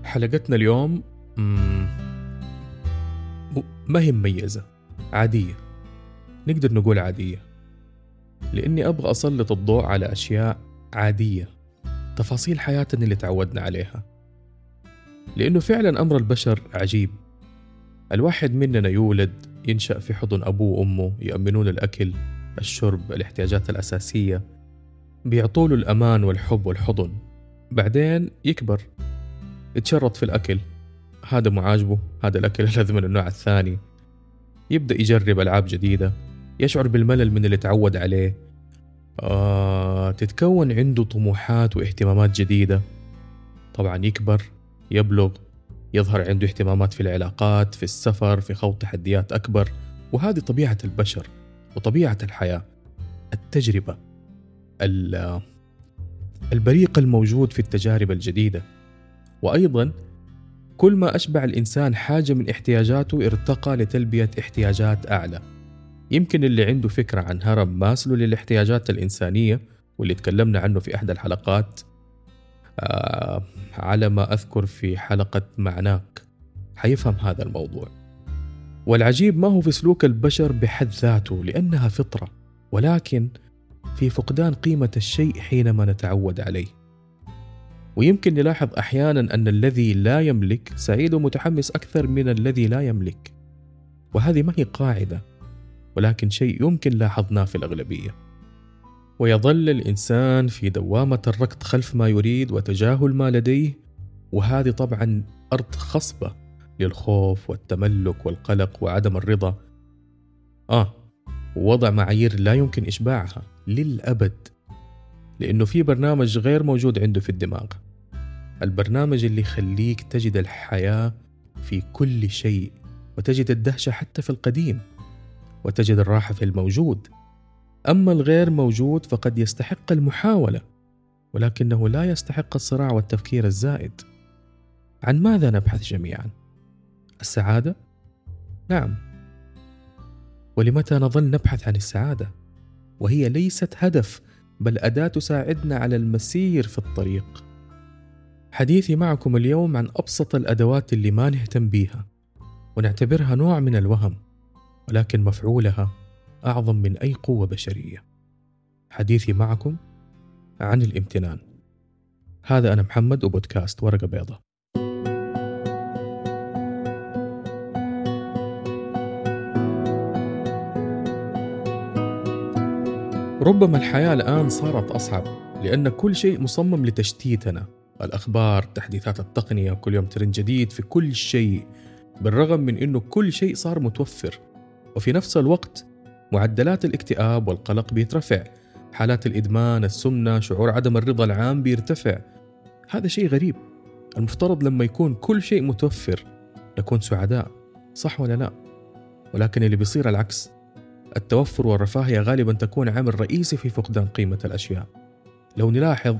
حلقتنا اليوم ما هي مميزة، عادية، نقدر نقول عادية، لأني أبغى أسلط الضوء على أشياء عادية، تفاصيل حياتنا اللي تعودنا عليها. لأنه فعلا أمر البشر عجيب. الواحد مننا يولد، ينشأ في حضن أبوه وأمه، يأمنون الأكل، الشرب، الاحتياجات الأساسية، بيعطوله الأمان والحب والحضن. بعدين يكبر، يتشرط في الأكل، هذا معاجبه، هذا الأكل لازم من النوع الثاني، يبدأ يجرب ألعاب جديدة، يشعر بالملل من اللي تعود عليه، تتكون عنده طموحات واهتمامات جديدة. طبعا يكبر، يبلغ، يظهر عنده اهتمامات في العلاقات، في السفر، في خوض تحديات أكبر. وهذه طبيعة البشر وطبيعة الحياة. التجربة، البريق الموجود في التجارب الجديدة. وأيضا كل ما أشبع الإنسان حاجة من احتياجاته ارتقى لتلبية احتياجات أعلى. يمكن اللي عنده فكرة عن هرم ماسلو للاحتياجات الإنسانية، واللي تكلمنا عنه في إحدى الحلقات على ما أذكر في حلقة معناك، حيفهم هذا الموضوع. والعجيب ما هو في سلوك البشر بحد ذاته، لأنها فطرة، ولكن في فقدان قيمة الشيء حينما نتعود عليه. ويمكن نلاحظ أحيانا أن الذي لا يملك سعيد ومتحمس أكثر من الذي لا يملك. وهذه ما هي قاعدة، ولكن شيء يمكن لاحظناه في الأغلبية. ويظل الإنسان في دوامة الركض خلف ما يريد وتجاهل ما لديه، وهذه طبعا أرض خصبة للخوف والتملك والقلق وعدم الرضا. ووضع معايير لا يمكن إشباعها للأبد، لأنه في برنامج غير موجود عنده في الدماغ، البرنامج اللي يخليك تجد الحياة في كل شيء، وتجد الدهشة حتى في القديم، وتجد الراحة في الموجود. أما الغير موجود فقد يستحق المحاولة، ولكنه لا يستحق الصراع والتفكير الزائد. عن ماذا نبحث جميعا؟ السعادة؟ نعم. ولمتى نظل نبحث عن السعادة؟ وهي ليست هدف، بل أداة تساعدنا على المسير في الطريق. حديثي معكم اليوم عن أبسط الأدوات اللي ما نهتم بيها ونعتبرها نوع من الوهم، ولكن مفعولها أعظم من أي قوة بشرية. حديثي معكم عن الامتنان. هذا أنا محمد، وبودكاست ورقة بيضة. ربما الحياة الآن صارت أصعب، لأن كل شيء مصمم لتشتيتنا. الأخبار، تحديثات التقنية، كل يوم ترند جديد في كل شيء، بالرغم من أنه كل شيء صار متوفر. وفي نفس الوقت معدلات الاكتئاب والقلق بيترفع، حالات الإدمان، السمنة، شعور عدم الرضا العام بيرتفع. هذا شيء غريب. المفترض لما يكون كل شيء متوفر نكون سعداء، صح ولا لا؟ ولكن اللي بيصير العكس. التوفر والرفاهية غالبا تكون عامل رئيسي في فقدان قيمة الأشياء. لو نلاحظ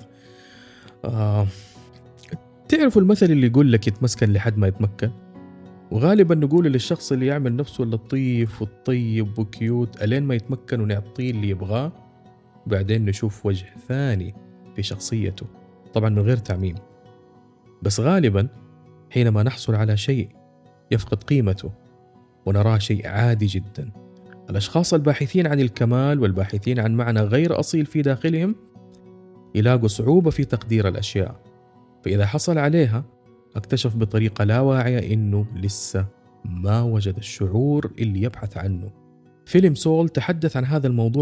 تعرفوا المثل اللي يقول لك يتمسكن لحد ما يتمكن؟ وغالبا نقول للشخص اللي يعمل نفسه اللطيف والطيب وكيوت ألين ما يتمكن ونعطيه اللي يبغاه، وبعدين نشوف وجه ثاني في شخصيته، طبعا من غير تعميم. بس غالبا حينما نحصل على شيء يفقد قيمته ونراه شيء عادي جدا. الأشخاص الباحثين عن الكمال والباحثين عن معنى غير أصيل في داخلهم يلاقوا صعوبة في تقدير الأشياء، فإذا حصل عليها اكتشف بطريقة لا واعية إنه لسه ما وجد الشعور اللي يبحث عنه. فيلم سول تحدث عن هذا الموضوع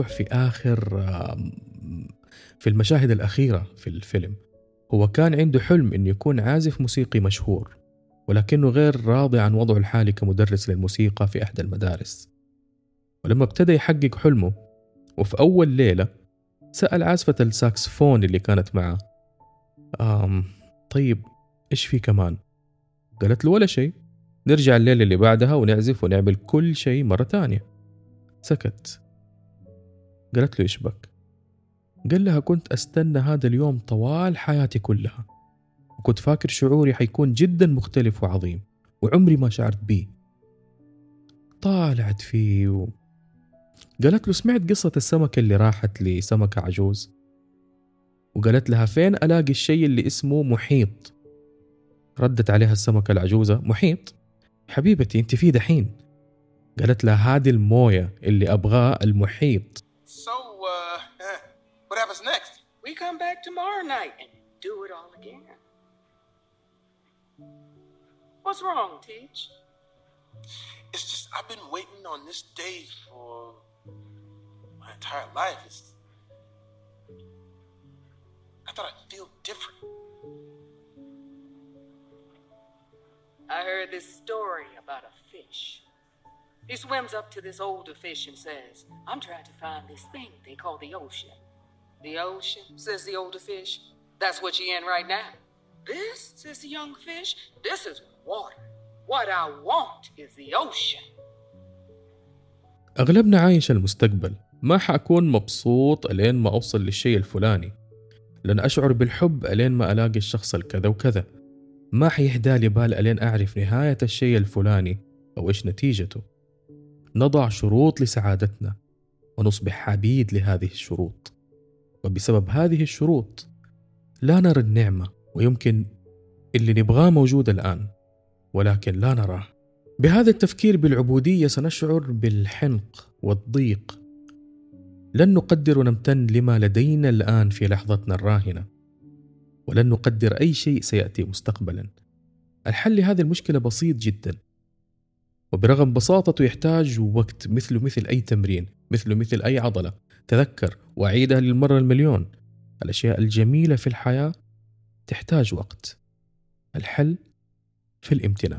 في المشاهد الأخيرة في الفيلم. هو كان عنده حلم إنه يكون عازف موسيقي مشهور، ولكنه غير راضي عن وضعه الحالي كمدرس للموسيقى في إحدى المدارس. ولما ابتدى يحقق حلمه، وفي أول ليلة سأل عازفة الساكسفون اللي كانت معه طيب إيش في كمان؟ قالت له ولا شيء، نرجع الليلة اللي بعدها ونعزف ونعمل كل شيء مرة تانية. سكت. قالت له إيش بك؟ قال لها كنت أستنى هذا اليوم طوال حياتي كلها، وكنت فاكر شعوري حيكون جدا مختلف وعظيم، وعمري ما شعرت بيه. طالعت فيه قالت له سمعت قصة السمكة اللي راحت لسمكة عجوز، وقالت لها فين ألاقي الشيء اللي اسمه محيط؟ ردت عليها السمكة العجوزة: محيط؟ حبيبتي أنت في دحين. قالت لها: هذه الموية اللي أبغاه المحيط. What happens next? We come back tomorrow night and do it all again. What's wrong, Teach? It's just I've been waiting on this day for my entire life. I thought I'd feel different. I heard this story about a fish. He swims up to this older fish and says, I'm trying to find this thing they call the ocean. The ocean, says the older fish. That's what you're in right now. This, says the young fish, this is water. What I want is the ocean. أغلبنا عايش المستقبل. ما حأكون مبسوط ألين ما أوصل للشيء الفلاني، لن أشعر بالحب ألين ما ألاقي الشخص الكذا وكذا. ما حيهدى لي بال ألين أعرف نهاية الشيء الفلاني أو إيش نتيجته. نضع شروط لسعادتنا ونصبح عبيد لهذه الشروط، وبسبب هذه الشروط لا نرى النعمة، ويمكن اللي نبغاه موجود الآن ولكن لا نراه. بهذا التفكير بالعبودية سنشعر بالحنق والضيق. لن نقدر ونمتن لما لدينا الآن في لحظتنا الراهنة، ولن نقدر أي شيء سيأتي مستقبلا. الحل لهذه المشكلة بسيط جدا، وبرغم بساطته يحتاج وقت، مثل أي تمرين، مثل أي عضلة. تذكر وأعيدها للمرة المليون: الأشياء الجميلة في الحياة تحتاج وقت. الحل في الامتنان.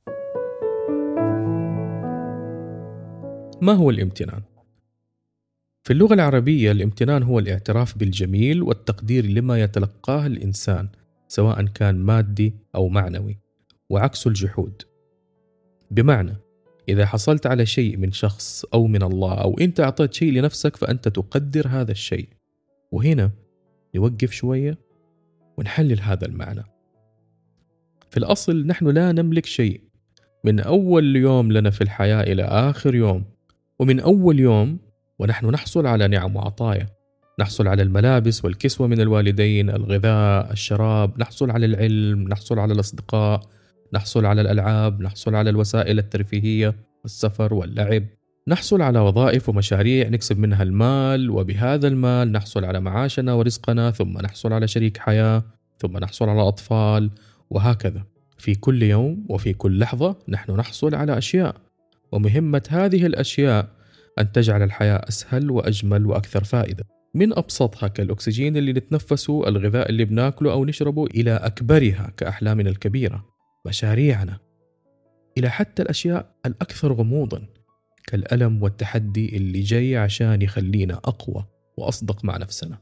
ما هو الامتنان؟ في اللغة العربية الامتنان هو الاعتراف بالجميل والتقدير لما يتلقاه الإنسان، سواء كان مادي أو معنوي، وعكس الجحود. بمعنى إذا حصلت على شيء من شخص أو من الله، أو أنت أعطيت شيء لنفسك، فأنت تقدر هذا الشيء. وهنا نوقف شوية ونحلل هذا المعنى. في الأصل نحن لا نملك شيء، من أول يوم لنا في الحياة إلى آخر يوم، ومن أول يوم ونحن نحصل على نعم وعطايا. نحصل على الملابس والكسوة من الوالدين، الغذاء، الشراب، نحصل على العلم، نحصل على الأصدقاء، نحصل على الألعاب، نحصل على الوسائل الترفيهية، السفر واللعب، نحصل على وظائف ومشاريع نكسب منها المال، وبهذا المال نحصل على معاشنا ورزقنا، ثم نحصل على شريك حياة، ثم نحصل على أطفال، وهكذا. في كل يوم وفي كل لحظة نحن نحصل على أشياء، ومهمة هذه الأشياء أن تجعل الحياة أسهل وأجمل وأكثر فائدة. من أبسطها كالأكسجين اللي نتنفسه، الغذاء اللي بناكله أو نشربه، إلى أكبرها كأحلامنا الكبيرة، مشاريعنا، إلى حتى الأشياء الأكثر غموضا كالألم والتحدي اللي جاي عشان يخلينا أقوى وأصدق مع نفسنا.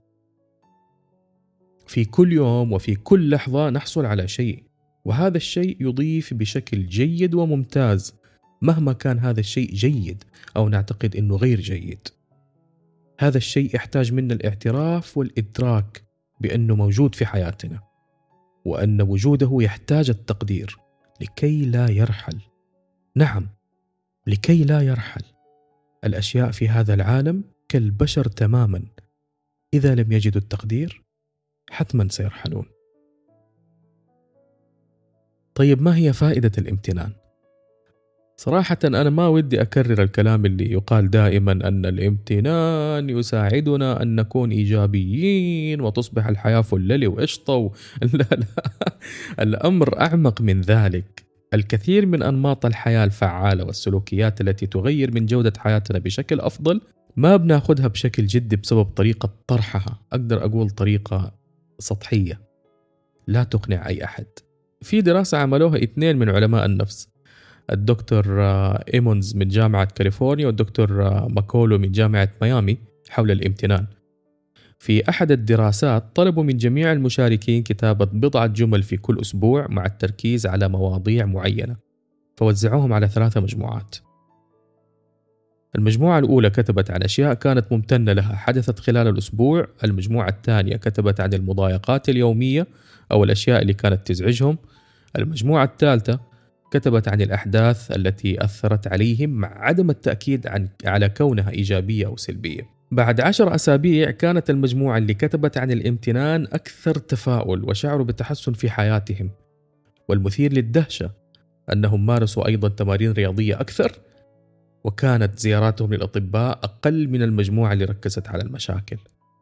في كل يوم وفي كل لحظة نحصل على شيء، وهذا الشيء يضيف بشكل جيد وممتاز، مهما كان هذا الشيء جيد أو نعتقد أنه غير جيد. هذا الشيء يحتاج منا الاعتراف والإدراك بأنه موجود في حياتنا، وأن وجوده يحتاج التقدير لكي لا يرحل. نعم، لكي لا يرحل. الأشياء في هذا العالم كالبشر تماما، إذا لم يجدوا التقدير حتما سيرحلون. طيب، ما هي فائدة الامتنان؟ صراحة أنا ما ودي أكرر الكلام اللي يقال دائما أن الامتنان يساعدنا أن نكون إيجابيين وتصبح الحياة فللي وقشطة لا لا، الأمر أعمق من ذلك. الكثير من أنماط الحياة الفعالة والسلوكيات التي تغير من جودة حياتنا بشكل أفضل ما بناخدها بشكل جدي بسبب طريقة طرحها، أقدر أقول طريقة سطحية لا تقنع أي أحد. في دراسة عملوها 2 من علماء النفس، الدكتور إيمونز من جامعة كاليفورنيا والدكتور ماكولو من جامعة ميامي، حول الامتنان. في أحد الدراسات طلبوا من جميع المشاركين كتابة 10 جمل في كل أسبوع مع التركيز على مواضيع معينة، فوزعوهم على 3 مجموعات. المجموعة الأولى كتبت عن أشياء كانت ممتنة لها حدثت خلال الأسبوع. المجموعة الثانية كتبت عن المضايقات اليومية أو الأشياء اللي كانت تزعجهم. المجموعة الثالثة كتبت عن الأحداث التي أثرت عليهم مع عدم التأكيد على كونها إيجابية أو سلبية. بعد 10 أسابيع كانت المجموعة اللي كتبت عن الامتنان أكثر تفاؤل وشعروا بالتحسن في حياتهم، والمثير للدهشة أنهم مارسوا أيضا تمارين رياضية أكثر، وكانت زياراتهم للأطباء أقل من المجموعة اللي ركزت على المشاكل.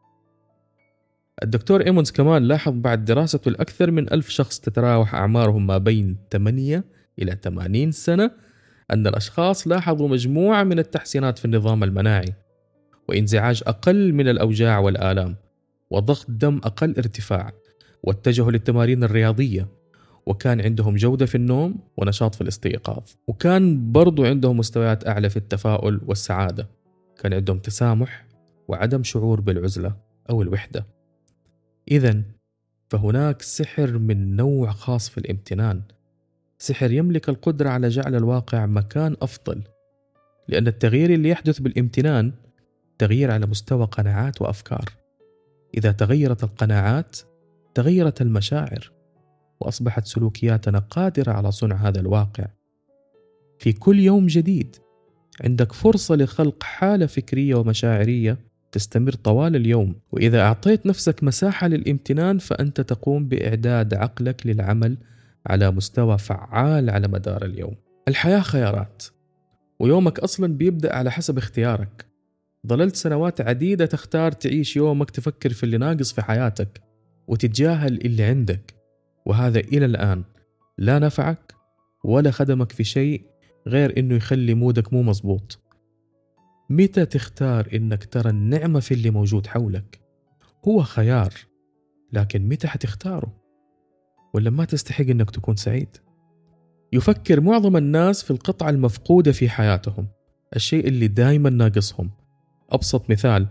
الدكتور إيمونز كمان لاحظ بعد دراسته الأكثر من 1000 شخص تتراوح أعمارهم ما بين 8 إلى 80 سنة أن الأشخاص لاحظوا مجموعة من التحسينات في النظام المناعي، وانزعاج أقل من الأوجاع والآلام، وضغط دم أقل ارتفاع، واتجهوا للتمارين الرياضية، وكان عندهم جودة في النوم ونشاط في الاستيقاظ، وكان برضو عندهم مستويات أعلى في التفاؤل والسعادة، كان عندهم تسامح وعدم شعور بالعزلة أو الوحدة. إذن فهناك سحر من نوع خاص في الامتنان، سحر يملك القدرة على جعل الواقع مكان أفضل، لأن التغيير اللي يحدث بالامتنان تغيير على مستوى قناعات وأفكار. إذا تغيرت القناعات تغيرت المشاعر، وأصبحت سلوكياتنا قادرة على صنع هذا الواقع. في كل يوم جديد عندك فرصة لخلق حالة فكرية ومشاعرية تستمر طوال اليوم، وإذا أعطيت نفسك مساحة للامتنان فأنت تقوم بإعداد عقلك للعمل على مستوى فعال على مدار اليوم. الحياة خيارات، ويومك أصلا بيبدأ على حسب اختيارك. ظللت سنوات عديدة تختار تعيش يومك تفكر في اللي ناقص في حياتك وتتجاهل اللي عندك، وهذا إلى الآن لا نفعك ولا خدمك في شيء غير إنه يخلي مودك مو مزبوط. متى تختار إنك ترى النعمة في اللي موجود حولك؟ هو خيار، لكن متى حتختاره؟ ولا ما تستحق إنك تكون سعيد؟ يفكر معظم الناس في القطعة المفقودة في حياتهم، الشيء اللي دايما ناقصهم. أبسط مثال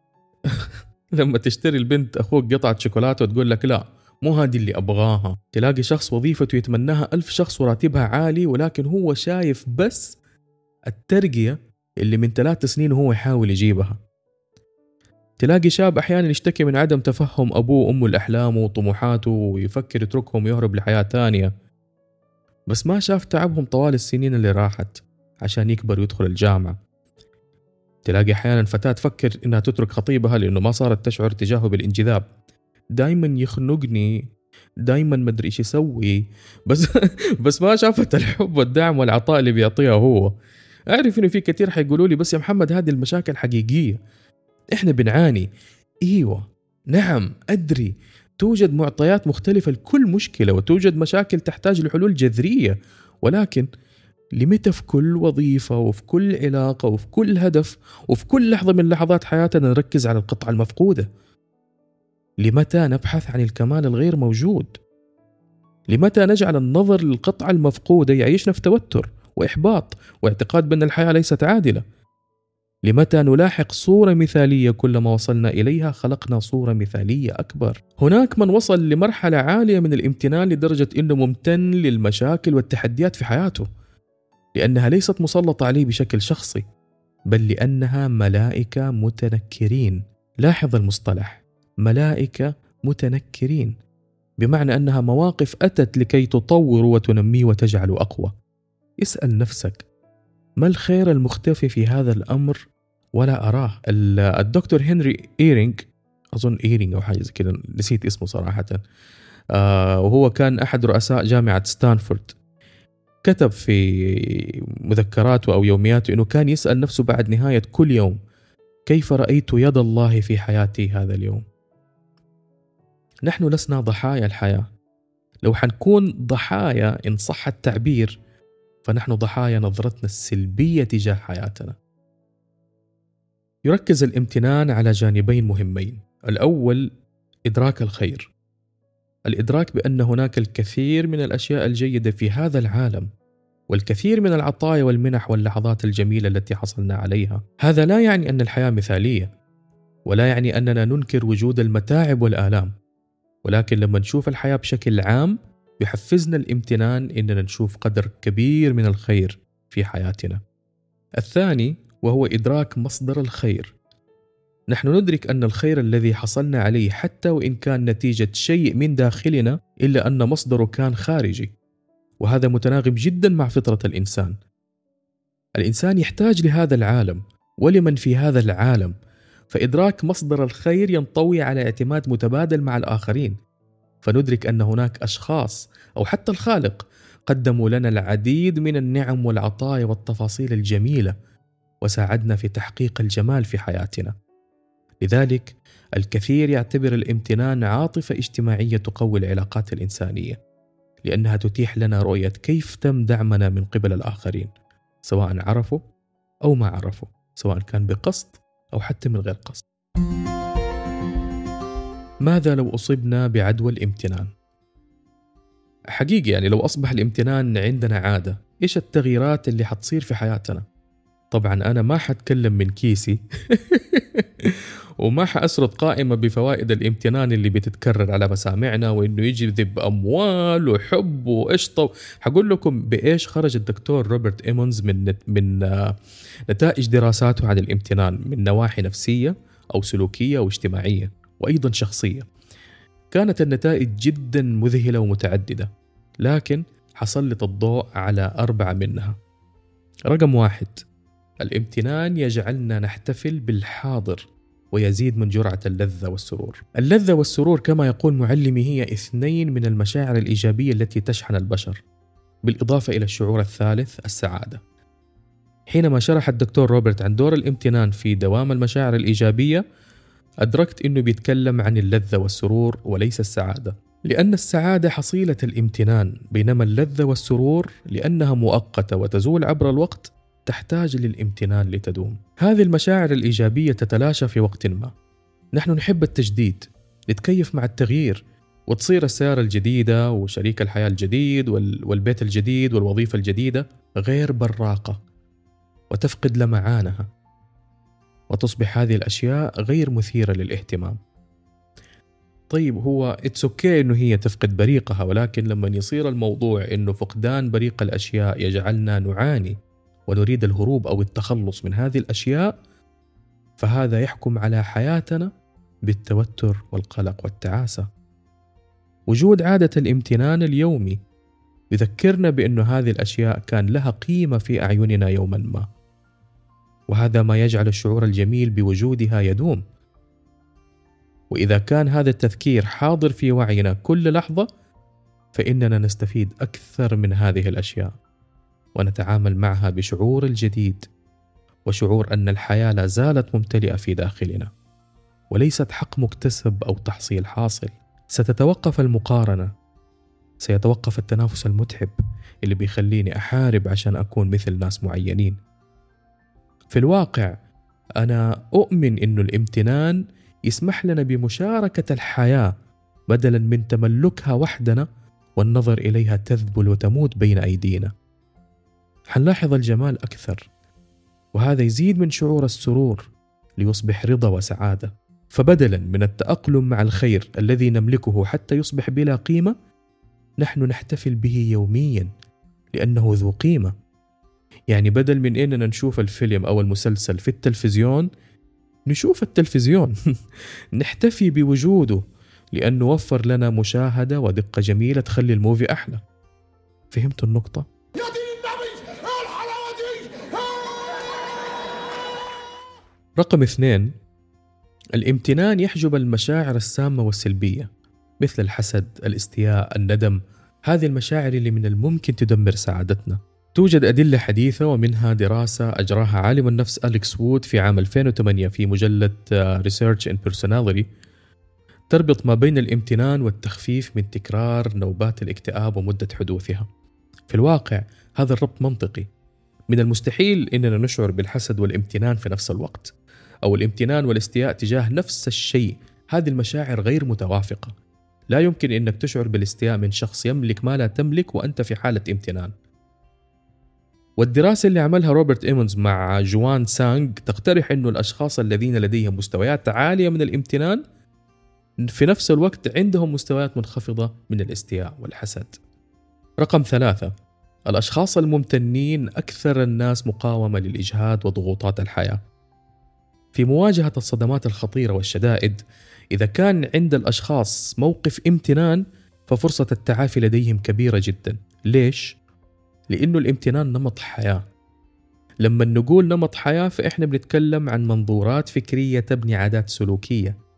لما تشتري البنت أخوك قطعة شوكولاتة وتقول لك لا مو هذه اللي أبغاها، تلاقي شخص وظيفته يتمناها 1000 شخص وراتبها عالي، ولكن هو شايف بس الترقية اللي من 3 سنين وهو يحاول يجيبها. تلاقي شاب أحيانا يشتكي من عدم تفهم أبوه وأمه الأحلام وطموحاته ويفكر يتركهم ويهرب لحياة تانية، بس ما شاف تعبهم طوال السنين اللي راحت عشان يكبر ويدخل الجامعة. تلاقي أحيانا فتاة تفكر إنها تترك خطيبها لأنه ما صارت تشعر تجاهه بالانجذاب، دايما يخنقني، دايما مدري إيش يسوي، بس ما شافت الحب والدعم والعطاء اللي بيعطيها هو. أعرف إنه في كثير حيقولوا لي بس يا محمد هذه المشاكل حقيقية، إحنا بنعاني. إيوه نعم أدري، توجد معطيات مختلفة لكل مشكلة، وتوجد مشاكل تحتاج لحلول جذرية، ولكن لمتى في كل وظيفة وفي كل علاقة وفي كل هدف وفي كل لحظة من لحظات حياتنا نركز على القطعة المفقودة؟ لمتى نبحث عن الكمال الغير موجود؟ لمتى نجعل النظر للقطعة المفقودة يعيشنا في توتر وإحباط واعتقاد بأن الحياة ليست عادلة؟ لمتى نلاحق صورة مثالية كلما وصلنا إليها خلقنا صورة مثالية أكبر؟ هناك من وصل لمرحلة عالية من الامتنان لدرجة أنه ممتن للمشاكل والتحديات في حياته، لأنها ليست مسلطة عليه بشكل شخصي، بل لأنها ملائكة متنكرين. لاحظ المصطلح ملائكة متنكرين، بمعنى أنها مواقف أتت لكي تطور وتنمي وتجعل أقوى. اسأل نفسك ما الخير المختفي في هذا الأمر ولا أراه؟ الدكتور هنري إيرينغ، أظن إيرينغ أو حاجة كده، نسيت اسمه صراحة، وهو كان أحد رؤساء جامعة ستانفورد، كتب في مذكراته أو يومياته أنه كان يسأل نفسه بعد نهاية كل يوم كيف رأيت يد الله في حياتي هذا اليوم؟ نحن لسنا ضحايا الحياة. لو حنكون ضحايا إن صح التعبير فنحن ضحايا نظرتنا السلبية تجاه حياتنا. يركز الامتنان على جانبين مهمين. الأول إدراك الخير، الإدراك بأن هناك الكثير من الأشياء الجيدة في هذا العالم، والكثير من العطايا والمنح واللحظات الجميلة التي حصلنا عليها. هذا لا يعني أن الحياة مثالية، ولا يعني أننا ننكر وجود المتاعب والآلام، ولكن لما نشوف الحياة بشكل عام يحفزنا الامتنان إننا نشوف قدر كبير من الخير في حياتنا. الثاني وهو إدراك مصدر الخير. نحن ندرك أن الخير الذي حصلنا عليه حتى وإن كان نتيجة شيء من داخلنا إلا أن مصدره كان خارجي، وهذا متناغم جدا مع فطرة الإنسان. الإنسان يحتاج لهذا العالم ولمن في هذا العالم، فإدراك مصدر الخير ينطوي على اعتماد متبادل مع الآخرين. فندرك أن هناك أشخاص أو حتى الخالق قدموا لنا العديد من النعم والعطايا والتفاصيل الجميلة وساعدنا في تحقيق الجمال في حياتنا. لذلك الكثير يعتبر الامتنان عاطفة اجتماعية تقوي العلاقات الإنسانية، لأنها تتيح لنا رؤية كيف تم دعمنا من قبل الآخرين، سواء عرفوا أو ما عرفوا، سواء كان بقصد أو حتى من غير قصد. ماذا لو أصبنا بعدوى الامتنان؟ حقيقي يعني لو أصبح الامتنان عندنا عادة، إيش التغييرات اللي حتصير في حياتنا؟ طبعا أنا ما حتكلم من كيسي وما حأسرد قائمة بفوائد الامتنان اللي بتتكرر على مسامعنا وإنه يجذب أموال وحب وقشطة. حقول لكم بإيش خرج الدكتور روبرت إيمونز من نتائج دراساته عن الامتنان من نواحي نفسية أو سلوكية أو اجتماعية وأيضا شخصية. كانت النتائج جدا مذهلة ومتعددة، لكن حسلط الضوء على 4 منها. رقم 1: الامتنان يجعلنا نحتفل بالحاضر ويزيد من جرعة اللذة والسرور. اللذة والسرور كما يقول معلمي هي 2 من المشاعر الإيجابية التي تشحن البشر، بالإضافة إلى الشعور الثالث السعادة. حينما شرح الدكتور روبرت عن دور الامتنان في دوام المشاعر الإيجابية، أدركت أنه بيتكلم عن اللذة والسرور وليس السعادة، لأن السعادة حصيلة الامتنان، بينما اللذة والسرور لأنها مؤقتة وتزول عبر الوقت تحتاج للامتنان لتدوم. هذه المشاعر الإيجابية تتلاشى في وقت ما. نحن نحب التجديد، نتكيف مع التغيير، وتصير السيارة الجديدة وشريك الحياة الجديد والبيت الجديد والوظيفة الجديدة غير براقة وتفقد لمعانها، وتصبح هذه الأشياء غير مثيرة للاهتمام. طيب هو اتسوكي إنه هي تفقد بريقها، ولكن لما يصير الموضوع إنه فقدان بريق الأشياء يجعلنا نعاني ونريد الهروب أو التخلص من هذه الأشياء، فهذا يحكم على حياتنا بالتوتر والقلق والتعاسة. وجود عادة الامتنان اليومي يذكرنا بأن هذه الأشياء كان لها قيمة في أعيننا يوما ما، وهذا ما يجعل الشعور الجميل بوجودها يدوم. وإذا كان هذا التذكير حاضر في وعينا كل لحظة، فإننا نستفيد أكثر من هذه الأشياء ونتعامل معها بشعور الجديد، وشعور أن الحياة لا زالت ممتلئة في داخلنا وليست حق مكتسب أو تحصيل حاصل. ستتوقف المقارنة، سيتوقف التنافس المتعب اللي بيخليني أحارب عشان أكون مثل ناس معينين. في الواقع أنا أؤمن أن الامتنان يسمح لنا بمشاركة الحياة بدلا من تملكها وحدنا والنظر إليها تذبل وتموت بين أيدينا. حنلاحظ الجمال أكثر، وهذا يزيد من شعور السرور ليصبح رضا وسعادة. فبدلا من التأقلم مع الخير الذي نملكه حتى يصبح بلا قيمة، نحن نحتفل به يوميا لأنه ذو قيمة. يعني بدل من أننا نشوف الفيلم أو المسلسل في التلفزيون، نشوف التلفزيون نحتفي بوجوده لأنه وفر لنا مشاهدة ودقة جميلة تخلي الموفي أحلى. فهمتوا النقطة؟ رقم 2: الامتنان يحجب المشاعر السامة والسلبية مثل الحسد، الاستياء، الندم. هذه المشاعر اللي من الممكن تدمر سعادتنا. توجد أدلة حديثة، ومنها دراسة أجراها عالم النفس أليكس وود في عام 2008 في مجلة Research in Personality، تربط ما بين الامتنان والتخفيف من تكرار نوبات الاكتئاب ومدة حدوثها. في الواقع هذا الربط منطقي. من المستحيل إننا نشعر بالحسد والامتنان في نفس الوقت، أو الامتنان والاستياء تجاه نفس الشيء. هذه المشاعر غير متوافقة. لا يمكن إنك تشعر بالاستياء من شخص يملك ما لا تملك وأنت في حالة امتنان. والدراسة اللي عملها روبرت إيمونز مع جوان سانغ تقترح إنه الأشخاص الذين لديهم مستويات عالية من الامتنان في نفس الوقت عندهم مستويات منخفضة من الاستياء والحسد. رقم 3: الأشخاص الممتنين أكثر الناس مقاومة للإجهاد وضغوطات الحياة. في مواجهة الصدمات الخطيرة والشدائد، إذا كان عند الأشخاص موقف امتنان ففرصة التعافي لديهم كبيرة جدا. ليش؟ لأنه الامتنان نمط حياة. لما نقول نمط حياة فإحنا بنتكلم عن منظورات فكرية تبني عادات سلوكية.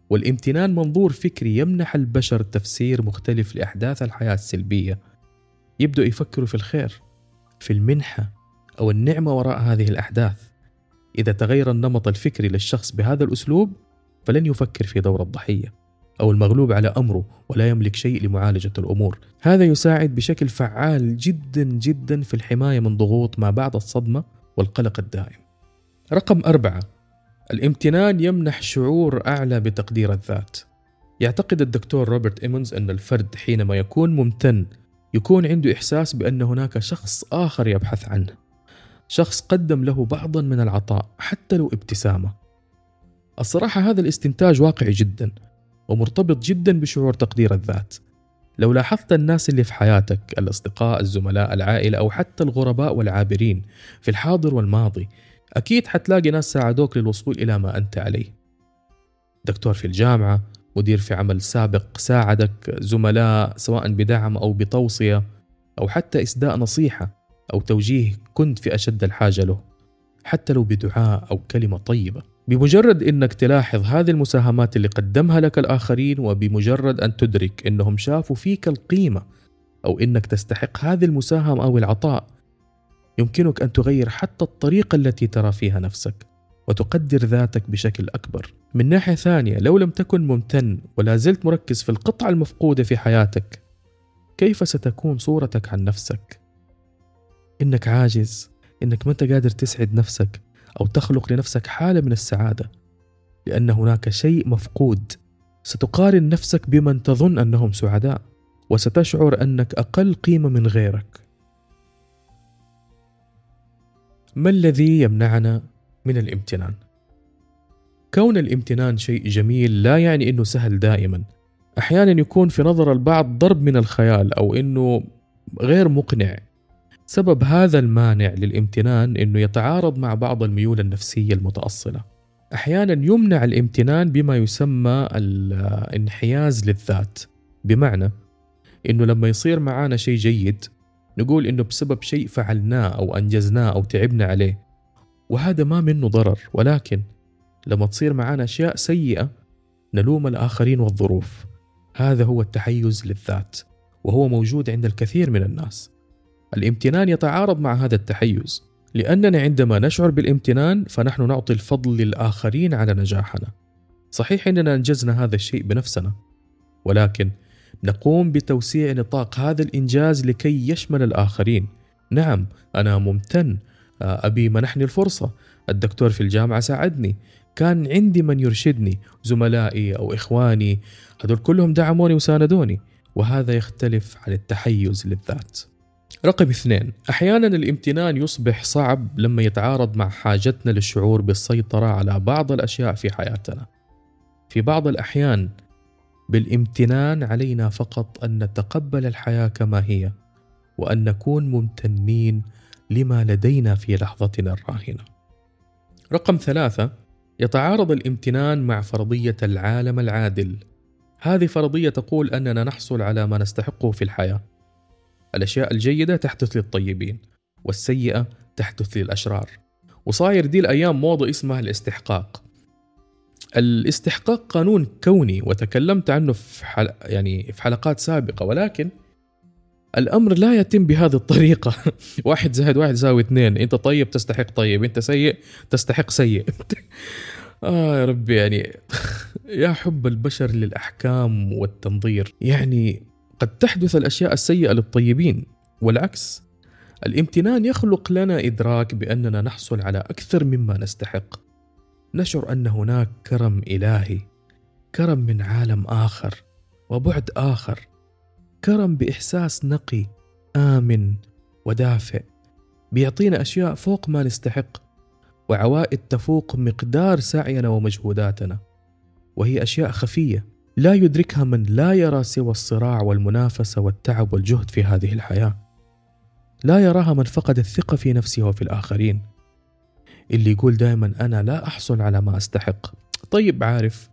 والامتنان منظور فكري يمنح البشر تفسير مختلف لأحداث الحياة السلبية. يبدأ يفكروا في الخير، في المنحة أو النعمة وراء هذه الأحداث. إذا تغير النمط الفكري للشخص بهذا الأسلوب فلن يفكر في دور الضحية أو المغلوب على أمره ولا يملك شيء لمعالجة الأمور. هذا يساعد بشكل فعال جدا جدا في الحماية من ضغوط ما بعد الصدمة والقلق الدائم. رقم 4، الامتنان يمنح شعور أعلى بتقدير الذات. يعتقد الدكتور روبرت إيمونز أن الفرد حينما يكون ممتن يكون عنده إحساس بأن هناك شخص آخر يبحث عنه، شخص قدم له بعضا من العطاء حتى لو ابتسامة. الصراحة هذا الاستنتاج واقعي جدا ومرتبط جدا بشعور تقدير الذات. لو لاحظت الناس اللي في حياتك، الأصدقاء، الزملاء، العائلة أو حتى الغرباء والعابرين في الحاضر والماضي، أكيد حتلاقي ناس ساعدوك للوصول إلى ما أنت عليه. دكتور في الجامعة، مدير في عمل سابق ساعدك، زملاء سواء بدعم أو بتوصية أو حتى إسداء نصيحة أو توجيه كنت في أشد الحاجة له، حتى لو بدعاء أو كلمة طيبة. بمجرد أنك تلاحظ هذه المساهمات اللي قدمها لك الآخرين، وبمجرد أن تدرك أنهم شافوا فيك القيمة أو أنك تستحق هذه المساهمة أو العطاء، يمكنك أن تغير حتى الطريقة التي ترى فيها نفسك وتقدر ذاتك بشكل أكبر. من ناحية ثانية، لو لم تكن ممتن ولا زلت مركز في القطعة المفقودة في حياتك، كيف ستكون صورتك عن نفسك؟ إنك عاجز، إنك ما أنت قادر تسعد نفسك أو تخلق لنفسك حالة من السعادة لأن هناك شيء مفقود. ستقارن نفسك بمن تظن أنهم سعداء وستشعر أنك أقل قيمة من غيرك. ما الذي يمنعنا من الامتنان؟ كون الامتنان شيء جميل لا يعني أنه سهل دائما. أحيانا يكون في نظر البعض ضرب من الخيال أو أنه غير مقنع. سبب هذا المانع للامتنان أنه يتعارض مع بعض الميول النفسية المتأصلة. أحيانا يمنع الامتنان بما يسمى الانحياز للذات، بمعنى أنه لما يصير معانا شيء جيد نقول أنه بسبب شيء فعلناه أو أنجزناه أو تعبنا عليه، وهذا ما منه ضرر. ولكن لما تصير معانا أشياء سيئة نلوم الآخرين والظروف. هذا هو التحيز للذات، وهو موجود عند الكثير من الناس. الامتنان يتعارض مع هذا التحيز، لأننا عندما نشعر بالامتنان فنحن نعطي الفضل للآخرين على نجاحنا. صحيح أننا أنجزنا هذا الشيء بنفسنا، ولكن نقوم بتوسيع نطاق هذا الإنجاز لكي يشمل الآخرين. نعم، أنا ممتن، أبي منحني الفرصة، الدكتور في الجامعة ساعدني، كان عندي من يرشدني، زملائي أو إخواني، هذول كلهم دعموني وساندوني. وهذا يختلف عن التحيز للذات. رقم 2، أحيانا الامتنان يصبح صعب لما يتعارض مع حاجتنا للشعور بالسيطرة على بعض الأشياء في حياتنا. في بعض الأحيان بالامتنان علينا فقط أن نتقبل الحياة كما هي، وأن نكون ممتنين لما لدينا في لحظتنا الراهنة. رقم 3، يتعارض الامتنان مع فرضية العالم العادل. هذه فرضية تقول أننا نحصل على ما نستحقه في الحياة. الأشياء الجيدة تحدث للطيبين والسيئة تحدث للأشرار. وصاير دي الأيام موضة اسمها الاستحقاق. الاستحقاق قانون كوني وتكلمت عنه في حلقات سابقة، ولكن الأمر لا يتم بهذه الطريقة. 1 زائد 1 يساوي 2. أنت طيب تستحق طيب، أنت سيء تستحق سيء. يا ربي، يعني يا حب البشر للأحكام والتنظير. يعني قد تحدث الأشياء السيئة للطيبين والعكس. الامتنان يخلق لنا إدراك بأننا نحصل على أكثر مما نستحق. نشعر أن هناك كرم إلهي، كرم من عالم آخر وبعد آخر، كرم بإحساس نقي آمن ودافئ، بيعطينا أشياء فوق ما نستحق وعوائد تفوق مقدار سعينا ومجهوداتنا، وهي أشياء خفية لا يدركها من لا يرى سوى الصراع والمنافسة والتعب والجهد في هذه الحياة. لا يراها من فقد الثقة في نفسه وفي الآخرين، اللي يقول دائما أنا لا أحصل على ما أستحق. طيب، عارف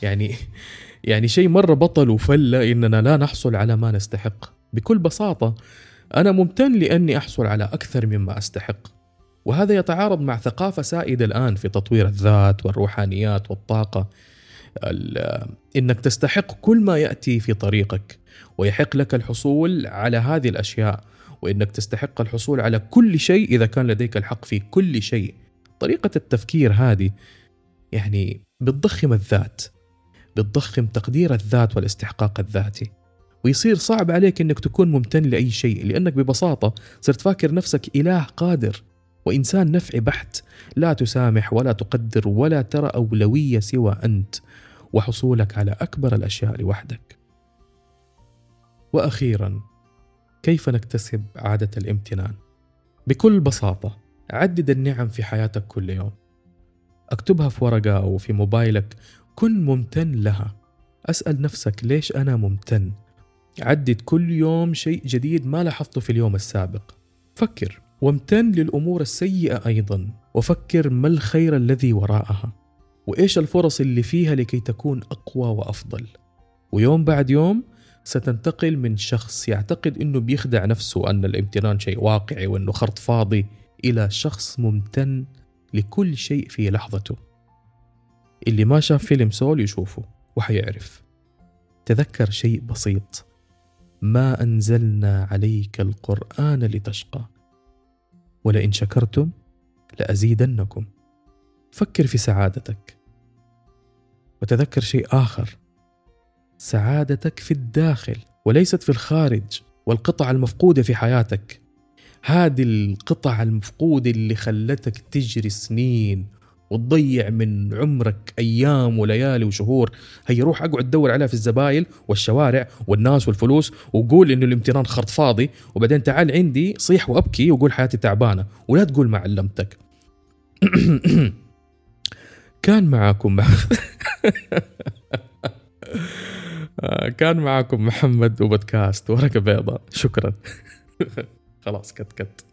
يعني شيء مرة بطل وفلة إننا لا نحصل على ما نستحق. بكل بساطة أنا ممتن لأني أحصل على أكثر مما أستحق. وهذا يتعارض مع ثقافة سائدة الآن في تطوير الذات والروحانيات والطاقة، إنك تستحق كل ما يأتي في طريقك، ويحق لك الحصول على هذه الأشياء، وإنك تستحق الحصول على كل شيء إذا كان لديك الحق في كل شيء. طريقة التفكير هذه يعني بتضخم الذات، بتضخم تقدير الذات والاستحقاق الذاتي، ويصير صعب عليك إنك تكون ممتن لأي شيء، لأنك ببساطة صرت فاكر نفسك إله قادر وإنسان نفعي بحت، لا تسامح ولا تقدر ولا ترى أولوية سوى أنت وحصولك على أكبر الأشياء لوحدك. وأخيرا، كيف نكتسب عادة الامتنان؟ بكل بساطة، عدد النعم في حياتك كل يوم، اكتبها في ورقة أو في موبايلك، كن ممتن لها. أسأل نفسك ليش أنا ممتن؟ عدد كل يوم شيء جديد ما لاحظته في اليوم السابق. فكر وامتن للأمور السيئة أيضا، وفكر ما الخير الذي وراءها، وإيش الفرص اللي فيها لكي تكون أقوى وأفضل. ويوم بعد يوم ستنتقل من شخص يعتقد أنه بيخدع نفسه أن الامتنان شيء واقعي وأنه خرط فاضي، إلى شخص ممتن لكل شيء في لحظته. اللي ما شاف فيلم سول يشوفه وحيعرف. تذكر شيء بسيط: ما أنزلنا عليك القرآن لتشقى، ولئن شكرتم لأزيدنكم. فكر في سعادتك، وتذكر شيء آخر: سعادتك في الداخل وليست في الخارج. والقطع المفقودة في حياتك، هذه القطع المفقودة اللي خلتك تجري سنين وتضيع من عمرك أيام وليالي وشهور، هي روح أقعد تدور عليها في الزبايل والشوارع والناس والفلوس، وقول إنه الامتنان خرط فاضي، وبعدين تعال عندي صيح وأبكي وقول حياتي تعبانة، ولا تقول ما علمتك. كان معكم محمد وبودكاست ورقة بيضاء. شكرا. خلاص كت